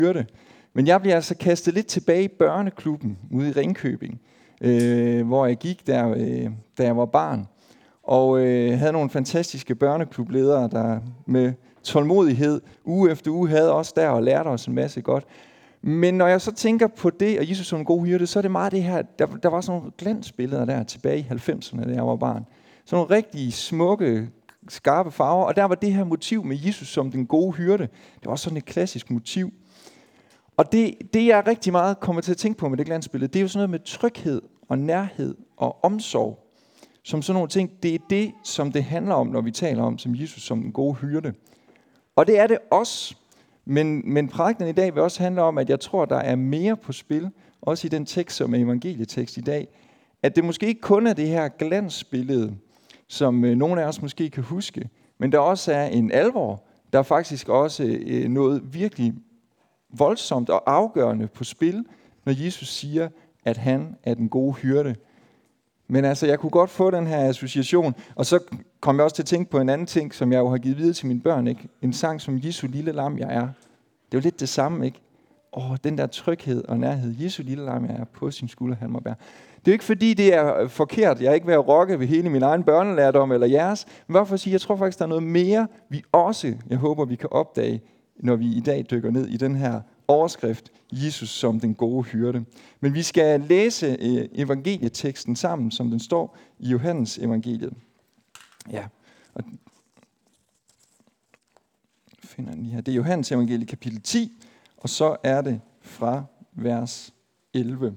hyrde. Men jeg bliver altså kastet lidt tilbage i børneklubben ude i Ringkøbing, hvor jeg gik, da jeg var barn. Og havde nogle fantastiske børneklubledere, der med tålmodighed uge efter uge havde os der og lærte os en masse godt. Men når jeg så tænker på det, og Jesus som en god hyrde, så er det meget det her, der var sådan nogle glansbilleder der tilbage i 90'erne, da jeg var barn. Sådan nogle rigtig smukke, skarpe farver, og der var det her motiv med Jesus som den gode hyrde. Det var også sådan et klassisk motiv. Og det jeg rigtig meget kommer til at tænke på med det glansbillede, det er jo sådan noget med tryghed og nærhed og omsorg. Som sådan nogle ting, det er det, som det handler om, når vi taler om som Jesus som den gode hyrde. Og det er det også. Men prædikenen i dag vil også handle om, at jeg tror, der er mere på spil, også i den tekst, som er evangelietekst i dag, at det måske ikke kun er det her glansbillede, som nogle af os måske kan huske, men der også er en alvor, der er faktisk også noget virkelig voldsomt og afgørende på spil, når Jesus siger, at han er den gode hyrde. Men altså, jeg kunne godt få den her association, og så kom jeg også til at tænke på en anden ting, som jeg jo har givet videre til mine børn, ikke? En sang som Jesu lille lam, jeg er. Det er jo lidt det samme, ikke? Den der tryghed og nærhed. Jesu lille lam, jeg er, på sin skulder, han må bære. Det er jo ikke fordi, det er forkert. Jeg er ikke ved at rokke ved hele min egen børnelærdom eller jeres. Men bare for at sige, jeg tror faktisk, der er noget mere, vi også, jeg håber, vi kan opdage, når vi i dag dykker ned i den her overskrift, Jesus som den gode hyrde. Men vi skal læse evangelieteksten sammen, som den står i Johannes evangeliet. Ja, og finder den lige her. Det er Johannes evangeliet kapitel 10, og så er det fra vers 11.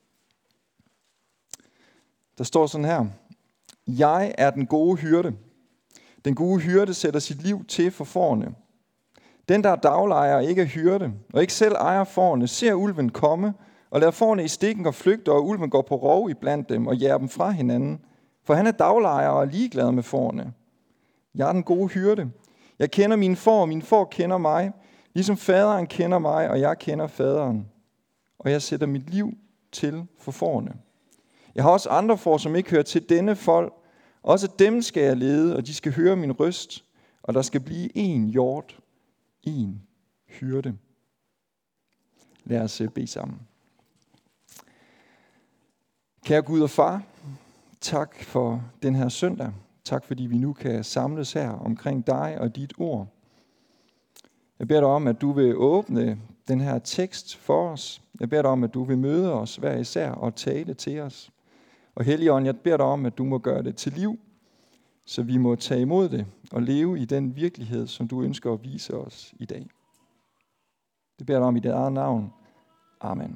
Der står sådan her: Jeg er den gode hyrde. Den gode hyrde sætter sit liv til for fårene. Den, der er daglejer og ikke er hyrde, og ikke selv ejer fårene, ser ulven komme, og lader fårene i stikken og flygte, og ulven går på rov iblandt dem og jager dem fra hinanden. For han er daglejer og er ligeglad med fårene. Jeg er den gode hyrde. Jeg kender mine får, og mine får kender mig, ligesom faderen kender mig, og jeg kender faderen. Og jeg sætter mit liv til for fårene. Jeg har også andre får, som ikke hører til denne folk. Også dem skal jeg lede, og de skal høre min røst, og der skal blive én hjort, én hyrde. Lad os bede sammen. Kære Gud og Far, tak for den her søndag. Tak fordi vi nu kan samles her omkring dig og dit ord. Jeg beder dig om, at du vil åbne den her tekst for os. Jeg beder dig om, at du vil møde os hver især og tale til os. Og Helligånd, jeg beder dig om, at du må gøre det til liv, så vi må tage imod det og leve i den virkelighed, som du ønsker at vise os i dag. Det beder jeg dig om i dit eget navn. Amen.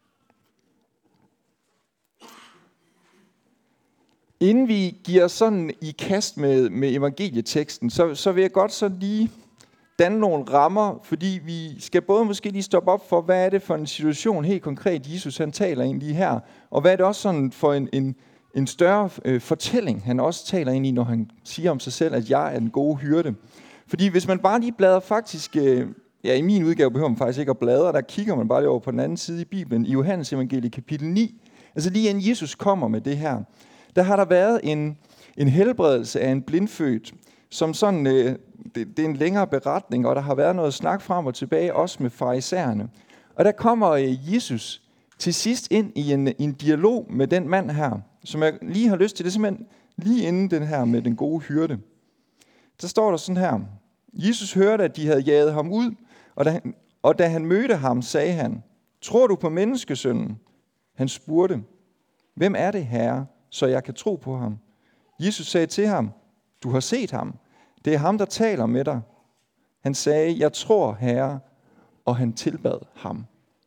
Inden vi giver sådan i kast med evangelieteksten, så vil jeg godt så lige danne nogle rammer, fordi vi skal både måske lige stoppe op for, hvad er det for en situation helt konkret, Jesus han taler ind lige her, og hvad er det også sådan for en større fortælling, han også taler ind i, når han siger om sig selv, at jeg er den gode hyrde. Fordi hvis man bare lige bladrer faktisk, i min udgave behøver man faktisk ikke at bladre, der kigger man bare lige over på den anden side i Bibelen, i Johannes evangeliet kapitel 9, altså lige inden Jesus kommer med det her, der har der været en helbredelse af en blindfødt, som sådan, det er en længere beretning, og der har været noget snak frem og tilbage, også med farisæerne. Og der kommer Jesus til sidst ind i en dialog med den mand her, som jeg lige har lyst til. Det er simpelthen lige inden den her med den gode hyrde. Så står der sådan her: Jesus hørte, at de havde jaget ham ud, og da han mødte ham, sagde han: Tror du på menneskesønnen? Han spurgte: Hvem er det, Herre, så jeg kan tro på ham? Jesus sagde til ham: Du har set ham. Det er ham, der taler med dig. Han sagde: Jeg tror, Herre, og han tilbad ham.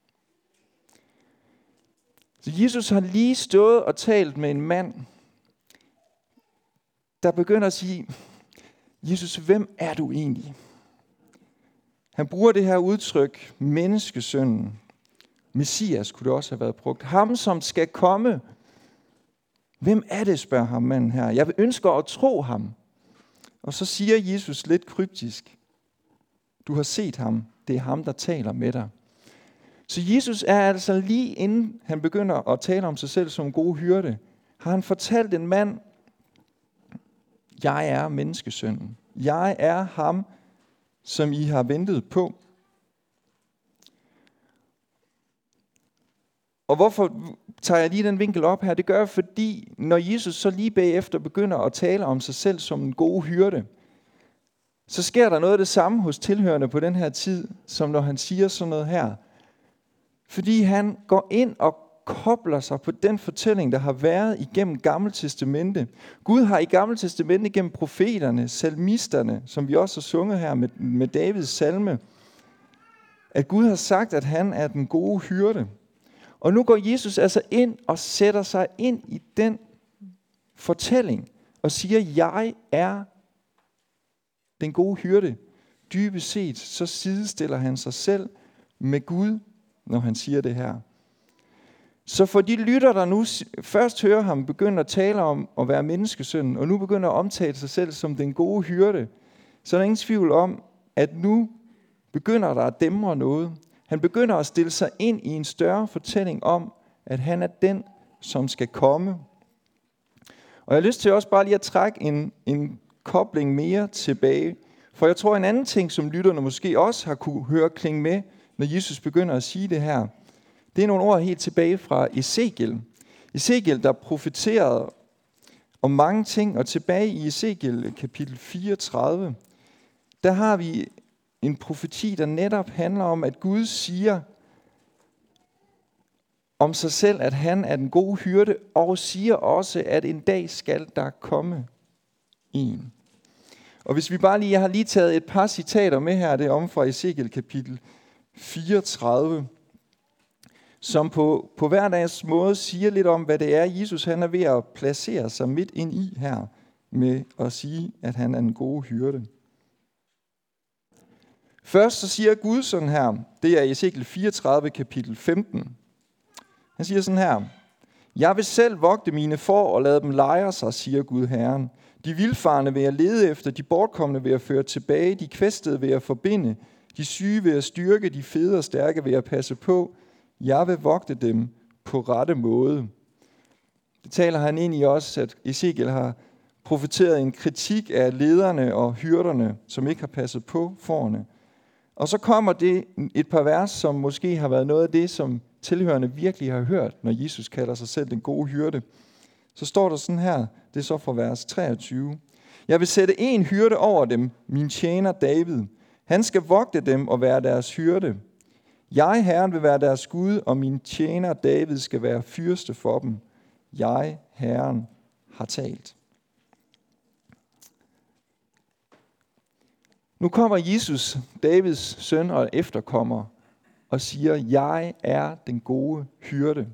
Så Jesus har lige stået og talt med en mand, der begynder at sige: Jesus, hvem er du egentlig? Han bruger det her udtryk, menneskesønnen. Messias kunne det også have været brugt. Ham, som skal komme. Hvem er det, spørger ham manden her. Jeg ønsker at tro ham. Og så siger Jesus lidt kryptisk: Du har set ham. Det er ham, der taler med dig. Så Jesus er altså lige inden han begynder at tale om sig selv som god hyrde, har han fortalt en mand: Jeg er menneskesønnen. Jeg er ham, som I har ventet på. Og hvorfor tager jeg lige den vinkel op her? Det gør jeg, fordi når Jesus så lige bagefter begynder at tale om sig selv som en god hyrde, så sker der noget af det samme hos tilhørende på den her tid, som når han siger sådan noget her. Fordi han går ind og kobler sig på den fortælling, der har været igennem Gamle Testamente. Gud har i Gamle Testamente igennem profeterne, salmisterne, som vi også har sunget her med Davids salme, at Gud har sagt, at han er den gode hyrde. Og nu går Jesus altså ind og sætter sig ind i den fortælling og siger, jeg er den gode hyrde. Dybest set så sidestiller han sig selv med Gud, når han siger det her. Så for de lytter, der nu først hører ham begynde at tale om at være menneskesøn, og nu begynder at omtale sig selv som den gode hyrde, så er der ingen tvivl om, at nu begynder der at dæmre noget. Han begynder at stille sig ind i en større fortælling om, at han er den, som skal komme. Og jeg har lyst til også bare lige at trække en kobling mere tilbage. For jeg tror en anden ting, som lytterne måske også har kunne høre klinge med, når Jesus begynder at sige det her, det er nogle ord helt tilbage fra Ezekiel. Ezekiel, der profeterede om mange ting, og tilbage i Ezekiel kapitel 34, der har vi en profeti, der netop handler om, at Gud siger om sig selv, at han er den gode hyrde, og siger også, at en dag skal der komme en. Og hvis vi bare lige, jeg har lige taget et par citater med her, det er om fra Ezekiel kapitel 34, som på hverdags måde siger lidt om, hvad det er, Jesus han er ved at placere sig midt ind i her, med at sige, at han er en gode hyrde. Først så siger Gud sådan her, det er Ezekiel 34, kapitel 15. Han siger sådan her, jeg vil selv vogte mine får og lade dem lejre sig, siger Gud Herren. De vildfarne vil jeg lede efter, de bortkomne vil jeg føre tilbage, de kvæstede vil jeg forbinde, de syge vil jeg styrke, de fede og stærke vil jeg passe på. Jeg vil vogte dem på rette måde. Det taler han ind i også, at Ezekiel har profeteret en kritik af lederne og hyrderne, som ikke har passet på fårene. Og så kommer det et par vers, som måske har været noget af det, som tilhørende virkelig har hørt, når Jesus kalder sig selv den gode hyrde. Så står der sådan her, det er så fra vers 23. Jeg vil sætte en hyrde over dem, min tjener David. Han skal vogte dem og være deres hyrde. Jeg, Herren, vil være deres Gud, og min tjener David skal være fyrste for dem. Jeg, Herren, har talt. Nu kommer Jesus, Davids søn og efterkommer, og siger, jeg er den gode hyrde.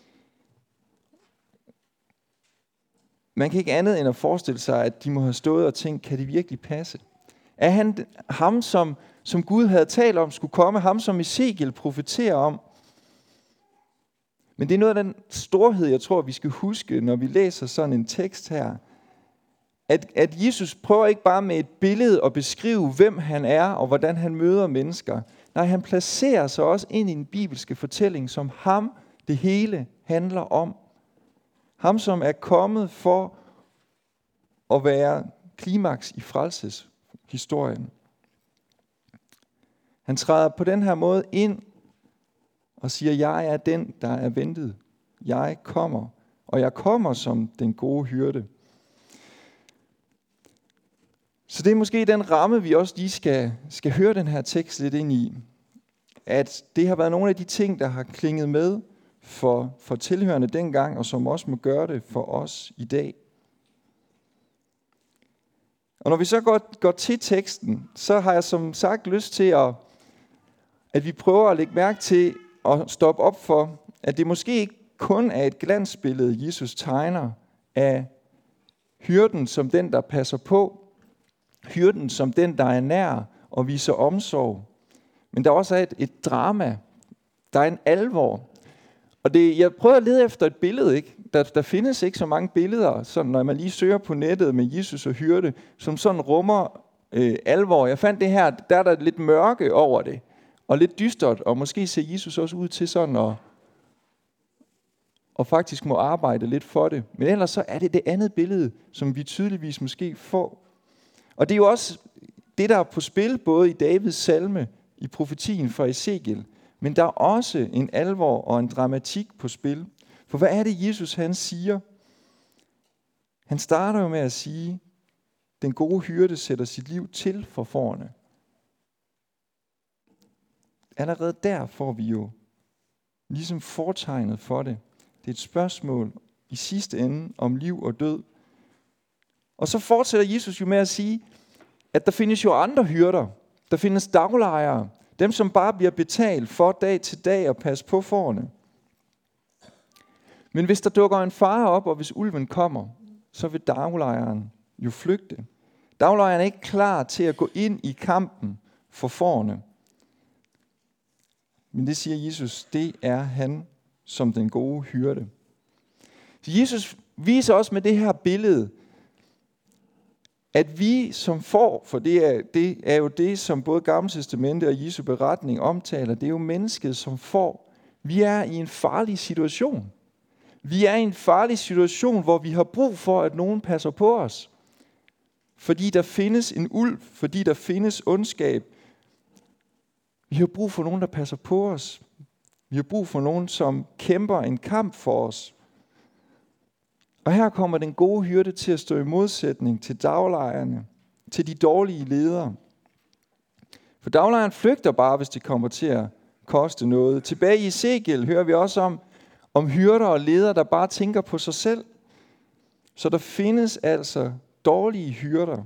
Man kan ikke andet end at forestille sig, at de må have stået og tænkt, kan det virkelig passe? Er han ham, som Gud havde talt om, skulle komme, ham som Ezekiel profeterer om? Men det er noget af den storhed, jeg tror, vi skal huske, når vi læser sådan en tekst her. At Jesus prøver ikke bare med et billede at beskrive, hvem han er, og hvordan han møder mennesker. Nej, han placerer sig også ind i en bibelske fortælling, som ham det hele handler om. Ham, som er kommet for at være klimaks i frelseshistorien. Han træder på den her måde ind og siger, jeg er den, der er ventet. Jeg kommer, og jeg kommer som den gode hyrde. Så det er måske den ramme, vi også lige skal høre den her tekst lidt ind i. At det har været nogle af de ting, der har klinget med for tilhørende dengang, og som også må gøre det for os i dag. Og når vi så går til teksten, så har jeg som sagt lyst til, at vi prøver at lægge mærke til at stoppe op for, at det måske ikke kun er et glansbillede, Jesus tegner af hyrden som den, der passer på, hyrden som den, der er nær og viser omsorg. Men der også er et drama. Der er en alvor. Og jeg prøver at lede efter et billede, ikke? Der findes ikke så mange billeder, sådan, når man lige søger på nettet med Jesus og hyrde, som sådan rummer alvor. Jeg fandt det her, der er der lidt mørke over det, og lidt dystert, og måske ser Jesus også ud til sådan og faktisk må arbejde lidt for det. Men ellers så er det andet billede, som vi tydeligvis måske får. Og det er jo også det, der er på spil, både i Davids salme, i profetien fra Ezekiel, Men der er også en alvor og en dramatik på spil. For hvad er det, Jesus han siger? Han starter jo med at sige, den gode hyrde sætter sit liv til for fårene. Allerede der får vi jo ligesom fortegnet for det. Det er et spørgsmål i sidste ende om liv og død. Og så fortsætter Jesus jo med at sige, at der findes jo andre hyrder. Der findes daglejere. Dem, som bare bliver betalt for dag til dag at passe på fårene. Men hvis der dukker en fare op, og hvis ulven kommer, så vil daglejeren jo flygte. Daglejeren er ikke klar til at gå ind i kampen for fårene. Men det siger Jesus, det er han som den gode hyrde. Så Jesus viser os med det her billede, at vi som får, for det er jo det, som både Gamle Testamente og Jesu beretning omtaler, det er jo mennesket som får. Vi er i en farlig situation. Vi er i en farlig situation, hvor vi har brug for, at nogen passer på os. Fordi der findes en ulv, fordi der findes ondskab. Vi har brug for nogen, der passer på os. Vi har brug for nogen, som kæmper en kamp for os. Og her kommer den gode hyrde til at stå i modsætning til daglejerne, til de dårlige ledere. For daglejeren flygter bare, hvis det kommer til at koste noget. Tilbage i Ezekiel hører vi også om hyrder og ledere, der bare tænker på sig selv. Så der findes altså dårlige hyrder.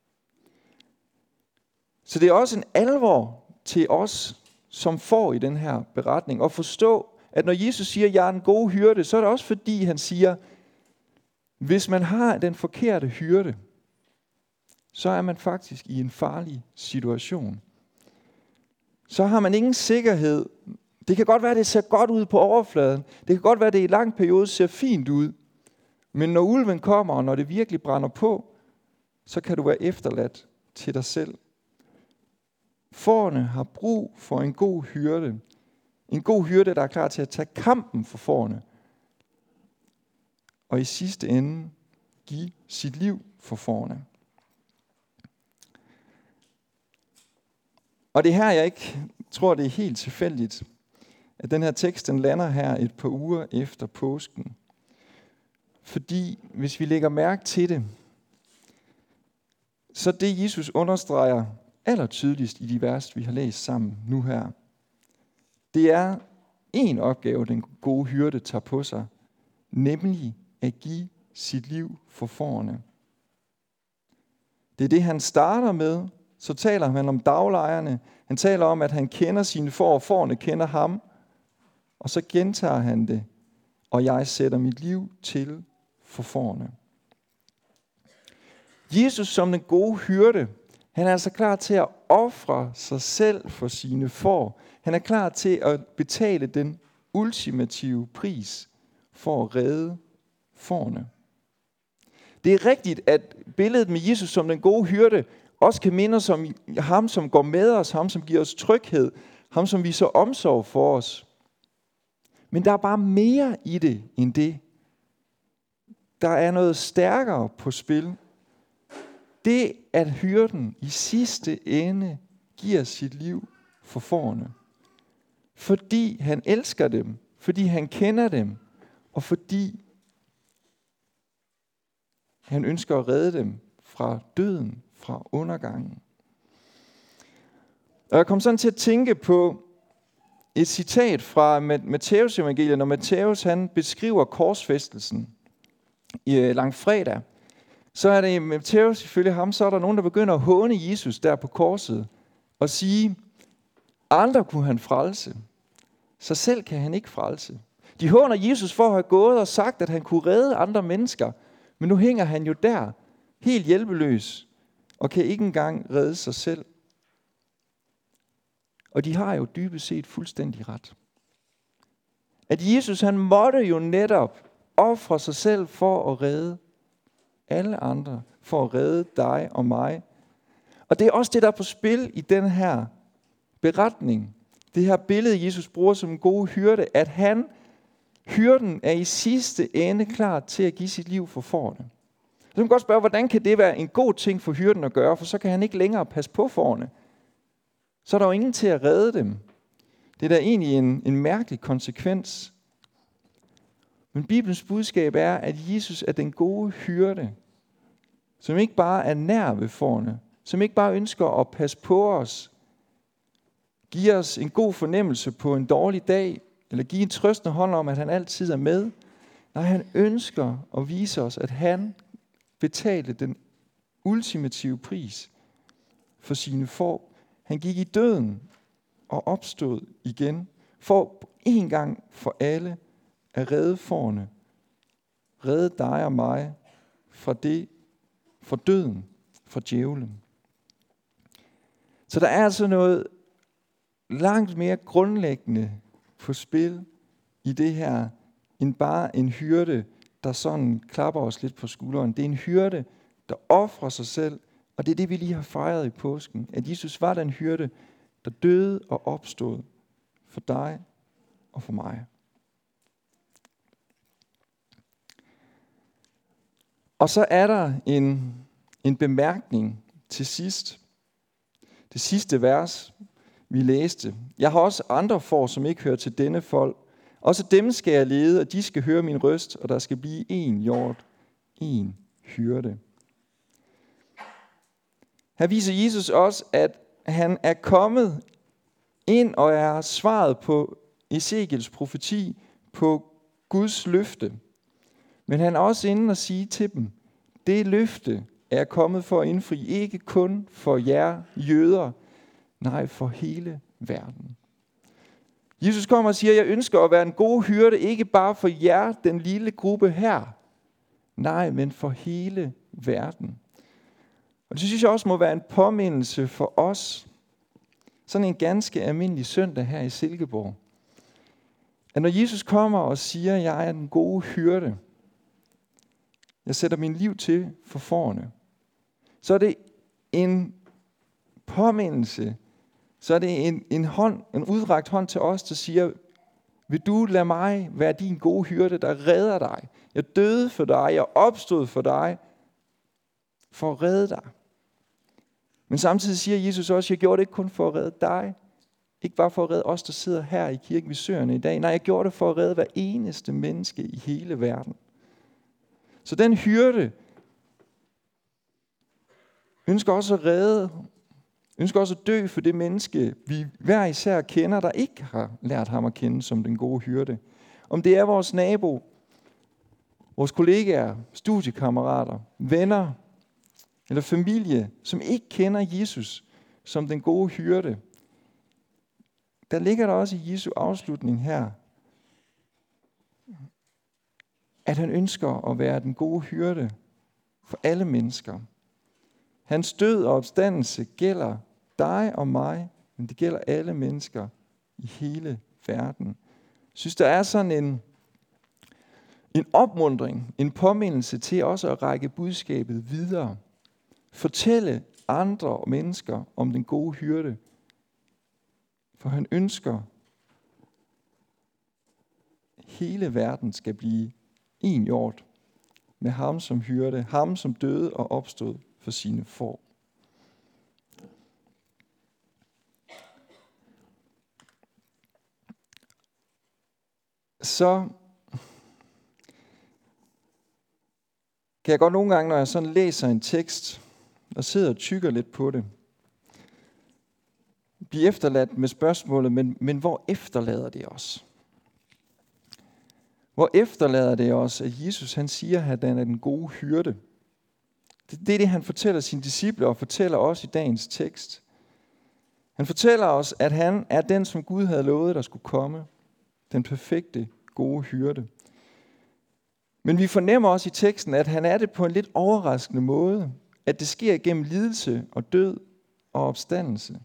Så det er også en alvor til os, som får i den her beretning, at forstå, at når Jesus siger, at jeg er en god hyrde, så er det også fordi, han siger, hvis man har den forkerte hyrde, så er man faktisk i en farlig situation. Så har man ingen sikkerhed. Det kan godt være, at det ser godt ud på overfladen. Det kan godt være, at det i en lang periode ser fint ud. Men når ulven kommer, og når det virkelig brænder på, så kan du være efterladt til dig selv. Fårene har brug for en god hyrde. En god hyrde, der er klar til at tage kampen for fårene. Og i sidste ende give sit liv for fårene. Og det er her, jeg ikke tror, det er helt tilfældigt, at den her tekst den lander her et par uger efter påsken. Fordi hvis vi lægger mærke til det, så det Jesus understreger allertydeligst i de vers, vi har læst sammen nu her, det er en opgave, den gode hyrde tager på sig, nemlig at give sit liv for fårene. Det er det, han starter med. Så taler han om daglejerne. Han taler om, at han kender sine får, og fårene kender ham. Og så gentager han det. Og jeg sætter mit liv til for fårene. Jesus som den gode hyrde, han er altså klar til at ofre sig selv for sine får. Han er klar til at betale den ultimative pris for at redde fårene. Det er rigtigt, at billedet med Jesus som den gode hyrde også kan minde os om ham, som går med os, ham, som giver os tryghed, ham, som viser omsorg for os. Men der er bare mere i det end det. Der er noget stærkere på spil. Det, at hyrden i sidste ende giver sit liv for fårene. Fordi han elsker dem, fordi han kender dem, og fordi han ønsker at redde dem fra døden, fra undergangen. Og jeg kom sådan til at tænke på et citat fra Matthæus evangeliet, når Matthæus han beskriver korsfæstelsen i langfredag. Så er det i Matthæus, ifølge ham, så er der nogen, der begynder at håne Jesus der på korset og sige, andre kunne han frelse, så selv kan han ikke frelse. De håner Jesus for at have gået og sagt, at han kunne redde andre mennesker, men nu hænger han jo der, helt hjælpeløs, og kan ikke engang redde sig selv. Og de har jo dybest set fuldstændig ret. At Jesus han måtte jo netop ofre sig selv for at redde alle andre, for at redde dig og mig. Og det er også det, der er på spil i den her beretning. Det her billede, Jesus bruger som en god hyrde, at hyrden er i sidste ende klar til at give sit liv for fårene. Så kan man godt spørge, hvordan kan det være en god ting for hyrden at gøre, for så kan han ikke længere passe på fårene. Så er der jo ingen til at redde dem. Det er da egentlig en mærkelig konsekvens. Men Bibelens budskab er, at Jesus er den gode hyrde, som ikke bare er nær ved fårene, som ikke bare ønsker at passe på os, give os en god fornemmelse på en dårlig dag, eller give en trøstende hånd om, at han altid er med. Nej, han ønsker at vise os, at han betalte den ultimative pris for sine får. Han gik i døden og opstod igen, for en gang for alle at redde fårene, redde dig og mig fra døden, fra djævlen. Så der er altså noget langt mere grundlæggende på spil i det her, end bare en hyrde, der sådan klapper os lidt på skulderen. Det er en hyrde, der ofrer sig selv, og det er det, vi lige har fejret i påsken. At Jesus var den hyrde, der døde og opstod for dig og for mig. Og så er der en bemærkning til sidst. Det sidste vers, vi læste. Jeg har også andre får, som ikke hører til denne folk. Også dem skal jeg lede, og de skal høre min røst, og der skal blive én hjort, én hyrde. Her viser Jesus også, at han er kommet ind og er svaret på Ezekiels profeti, på Guds løfte. Men han er også inde og sige til dem, det løfte er kommet for at indfri, ikke kun for jer jøder, nej, for hele verden. Jesus kommer og siger, jeg ønsker at være en god hyrde, ikke bare for jer, den lille gruppe her. Nej, men for hele verden. Og det synes jeg også må være en påmindelse for os. Sådan en ganske almindelig søndag her i Silkeborg. At når Jesus kommer og siger, jeg er den gode hyrde, jeg sætter min liv til for fårene, så er det en påmindelse, så er det en udrakt hånd til os, der siger, vil du lade mig være din gode hyrde, der redder dig? Jeg døde for dig, jeg opstod for dig, for at redde dig. Men samtidig siger Jesus også, jeg gjorde det ikke kun for at redde dig, ikke bare for at redde os, der sidder her i kirken ved Søerne i dag. Nej, jeg gjorde det for at redde hver eneste menneske i hele verden. Så den hyrde ønsker også at redde, ønsker også at dø for det menneske, vi hver især kender, der ikke har lært ham at kende som den gode hyrde. Om det er vores nabo, vores kollegaer, studiekammerater, venner eller familie, som ikke kender Jesus som den gode hyrde. Der ligger der også i Jesu afslutning her, at han ønsker at være den gode hyrde for alle mennesker. Hans død og opstandelse gælder dig og mig, men det gælder alle mennesker i hele verden. Jeg synes, der er sådan en opmuntring, en påmindelse til også at række budskabet videre. Fortælle andre mennesker om den gode hyrde. For han ønsker, at hele verden skal blive en hjort med ham som hyrde, ham som døde og opstod for sine får. Så kan jeg godt nogle gange, når jeg sådan læser en tekst og sidder og tykker lidt på det, blive efterladt med spørgsmålet, men hvor efterlader det os? Hvor efterlader det os, at Jesus han siger, at han er den gode hyrde? Det er det, han fortæller sine disciple og fortæller os i dagens tekst. Han fortæller os, at han er den, som Gud havde lovet, der skulle komme. Den perfekte, gode hyrde. Men vi fornemmer også i teksten, at han er det på en lidt overraskende måde. At det sker gennem lidelse og død og opstandelse.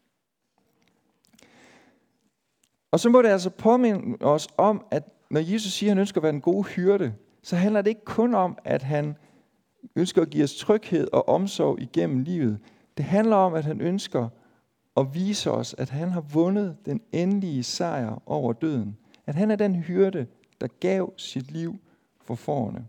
Og så må det altså påminde os om, at når Jesus siger, at han ønsker at være en god hyrde, så handler det ikke kun om, at han ønsker at give os tryghed og omsorg igennem livet. Det handler om, at han ønsker at vise os, at han har vundet den endelige sejr over døden. At han er den hyrde, der gav sit liv for fårene.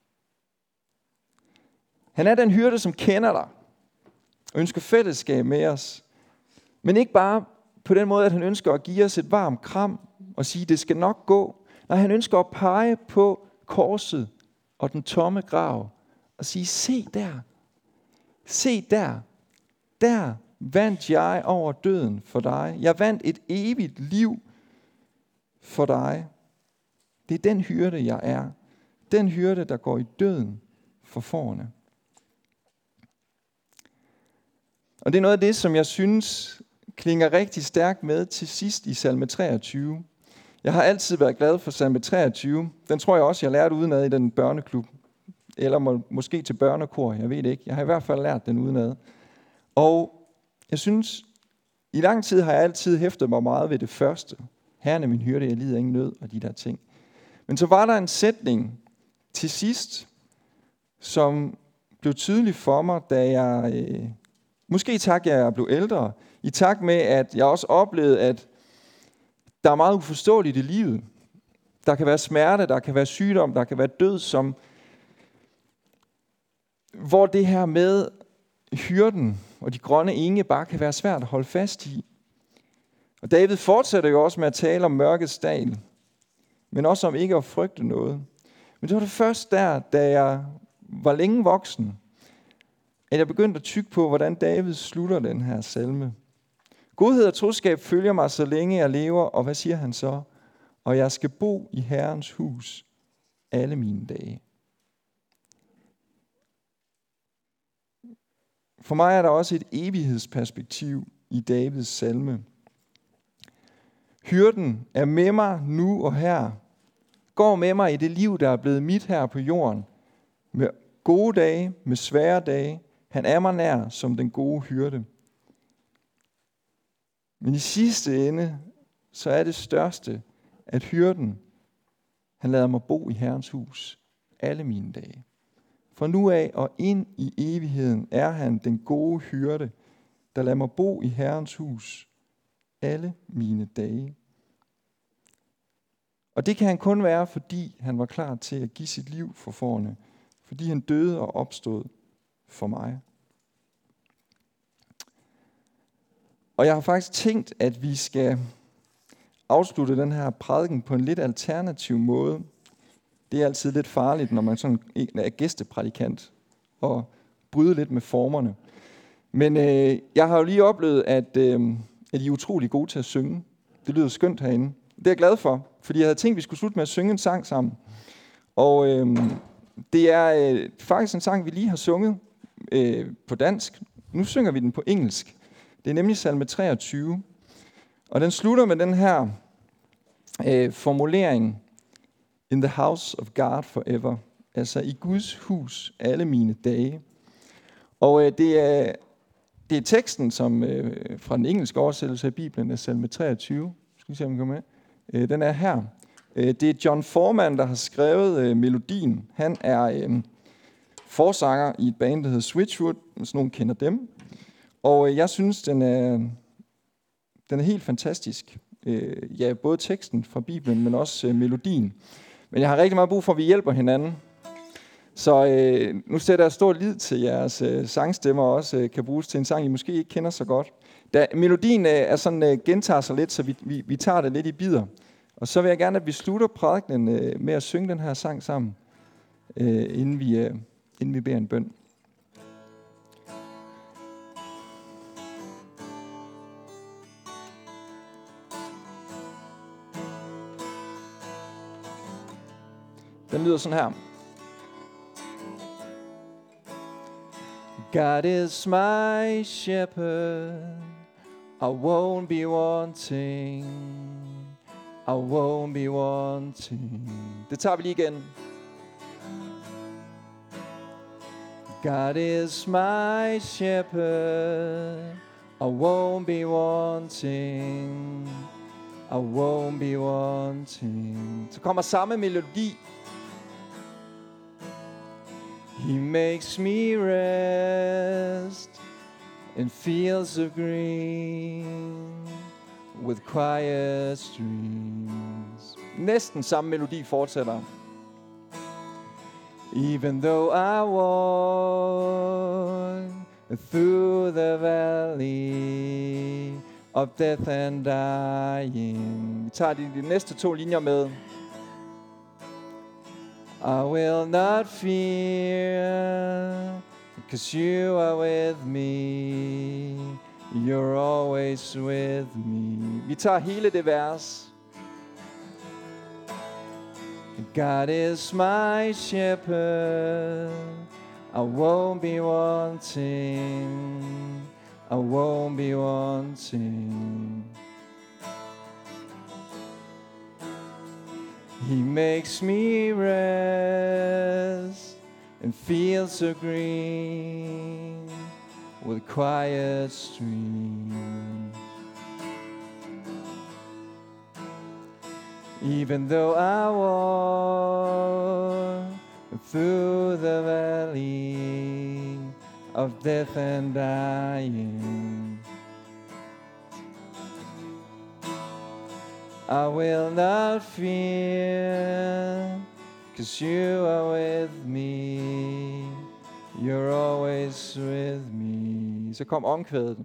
Han er den hyrde, som kender dig og ønsker fællesskab med os. Men ikke bare på den måde, at han ønsker at give os et varmt kram og sige, det skal nok gå. Nej, han ønsker at pege på korset og den tomme grav og sige, se der, se der, der vandt jeg over døden for dig. Jeg vandt et evigt liv for dig. Det er den hyrde, jeg er. Den hyrde, der går i døden for fårene. Og det er noget af det, som jeg synes klinger rigtig stærkt med til sidst i salme 23. Jeg har altid været glad for salme 23. Den tror jeg også, jeg lærte udenad i den børneklub. Eller måske til børnekor, jeg ved det ikke. Jeg har i hvert fald lært den udenad. Og jeg synes, i lang tid har jeg altid hæftet mig meget ved det første. Herren er min hyrde, jeg lider ingen nød og de der ting. Men så var der en sætning til sidst, som blev tydelig for mig, da jeg, måske i takt, jeg blev ældre, i takt med, at jeg også oplevede, at der er meget uforståeligt i livet. Der kan være smerte, der kan være sygdom, der kan være død, hvor det her med hyrden og de grønne enge bare kan være svært at holde fast i. Og David fortsætter jo også med at tale om mørkets dal, men også om ikke at frygte noget. Men det var det først der, da jeg var længe voksen, at jeg begyndte at tygge på, hvordan David slutter den her salme. Godhed og troskab følger mig, så længe jeg lever, og hvad siger han så? Og jeg skal bo i Herrens hus alle mine dage. For mig er der også et evighedsperspektiv i Davids salme. Hyrden er med mig nu og her. Går med mig i det liv, der er blevet mit her på jorden. Med gode dage, med svære dage. Han er mig nær som den gode hyrde. Men i sidste ende, så er det største, at hyrden, han lader mig bo i Herrens hus alle mine dage. For nu af og ind i evigheden er han den gode hyrde, der lader mig bo i Herrens hus alle mine dage. Og det kan han kun være, fordi han var klar til at give sit liv for fårene, fordi han døde og opstod for mig. Og jeg har faktisk tænkt, at vi skal afslutte den her prædiken på en lidt alternativ måde. Det er altid lidt farligt, når man sådan er gæsteprædikant og bryder lidt med formerne. Men jeg har jo lige oplevet, at I er utrolig gode til at synge. Det lyder skønt herinde. Det er jeg glad for, fordi jeg havde tænkt, at vi skulle slutte med at synge en sang sammen. Og det er faktisk en sang, vi lige har sunget på dansk. Nu synger vi den på engelsk. Det er nemlig salme 23. Og den slutter med den her formulering. In the house of God forever. Altså i Guds hus alle mine dage. Og det er teksten, som fra den engelske oversættelse af Bibelen af salme 23. Skal vi se, om vi kommer med. Den er her. Det er John Foreman, der har skrevet melodien. Han er forsanger i et band, der hedder Switchfoot, hvis nogen kender dem. Og jeg synes, den er helt fantastisk. Ja, både teksten fra Bibelen, men også melodien. Men jeg har rigtig meget brug for, at vi hjælper hinanden. Så nu sætter jeg stor lid til jeres sangstemmer også kan bruges til en sang, I måske ikke kender så godt. Da melodien er sådan, gentager sig lidt, så vi tager det lidt i bidder. Og så vil jeg gerne, at vi slutter prædikenen med at synge den her sang sammen, inden vi beder en bøn. Den lyder sådan her. God is my shepherd, I won't be wanting, I won't be wanting. Det tager vi lige igen. God is my shepherd, I won't be wanting, I won't be wanting. Så kommer samme melodi. He makes me rest in fields of green with quiet streams. Næsten samme melodi fortsætter. Even though I walk through the valley of death and dying. Vi tager de næste 2 linjer med. I will not fear, because you are with me. You're always with me. Vi tager hele det vers. God is my shepherd, I won't be wanting, I won't be wanting. He makes me rest in fields so green, with quiet stream. Even though I walk through the valley of death and dying, I will not fear, 'cause you are with me. You're always with me. Så kom omkvædet.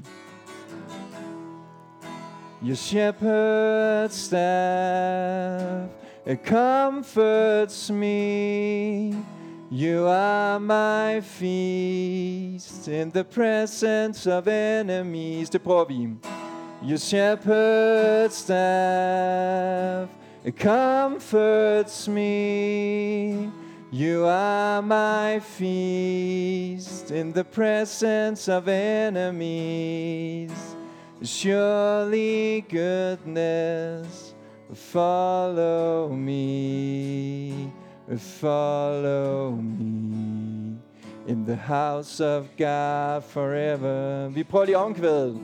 Your shepherd's staff, it comforts me. You are my feast in the presence of enemies. Det prøver vi. Your shepherd's staff, it comforts me. You are my feast in the presence of enemies. Surely goodness will follow me, will follow me in the house of God forever. Vi prøver lige omkvædet.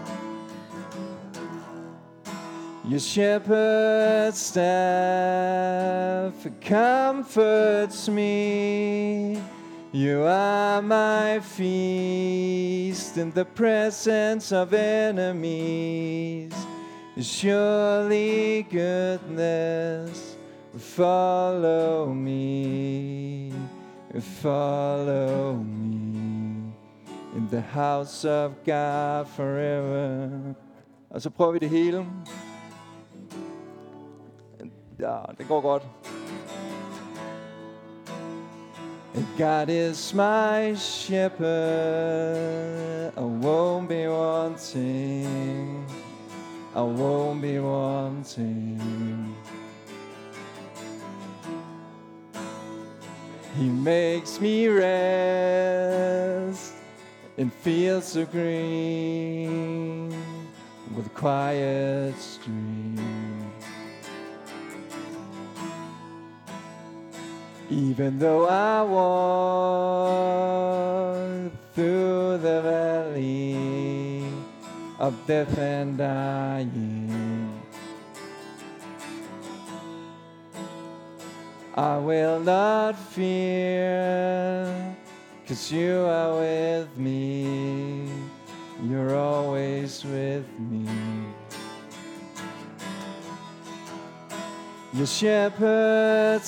Your shepherd's staff comforts me. You are my feast in the presence of enemies. Surely goodness will follow me, will follow me in the house of God forever. Og så prøver vi det hele. Ja, det går godt. God is my shepherd, I won't be wanting, I won't be wanting. He makes me rest in fields so green, with quiet streams. Even though I walk through the valley of death and dying, I will not fear, 'cause you are with me. You're always with me. Your shepherd's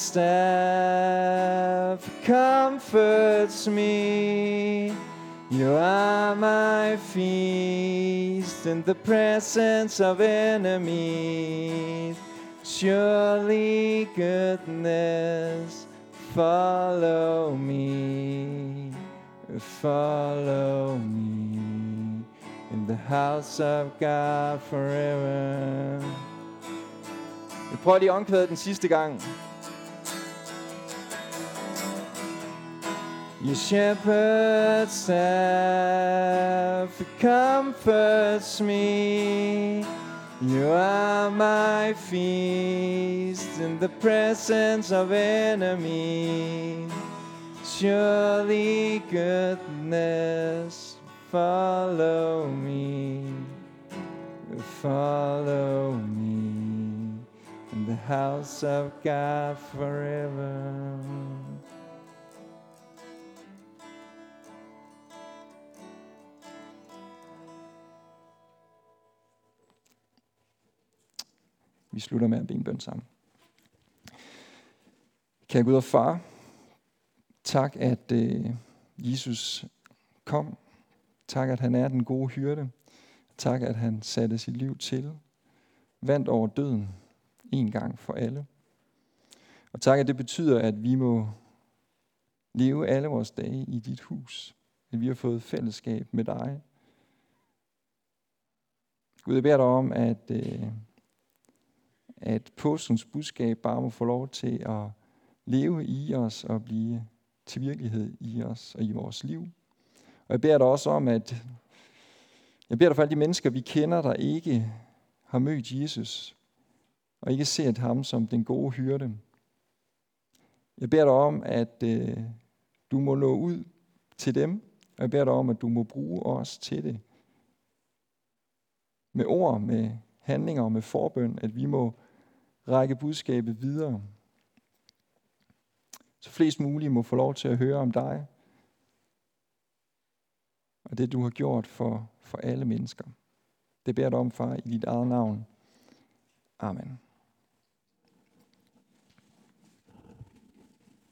staff comforts me. You are my feast in the presence of enemies. Surely goodness follow me, follow me in the house of God forever. Vi prøver lige omkvædet den sidste gang. Your shepherd's staff comforts me. You are my feast in the presence of enemies. Surely goodness follow me, follow me in the house of God forever. Vi slutter med at bede en bøn sammen. Kære Gud og Far, tak at Jesus kom. Tak at han er den gode hyrde. Tak, at han satte sit liv til, vandt over døden en gang for alle. Og tak, at det betyder, at vi må leve alle vores dage i dit hus. At vi har fået fællesskab med dig. Gud, jeg beder dig om, at påskens budskab bare må få lov til at leve i os og blive til virkelighed i os og i vores liv. Og jeg beder dig også om, jeg beder dig for alle de mennesker, vi kender, der ikke har mødt Jesus, og ikke set ham som den gode hyrde. Jeg beder dig om, at du må nå ud til dem, og jeg beder dig om, at du må bruge os til det. Med ord, med handlinger og med forbøn, at vi må række budskabet videre. Så flest muligt må få lov til at høre om dig, og det du har gjort for alle mennesker. Det beder jeg dig om, far, i dit eget navn. Amen.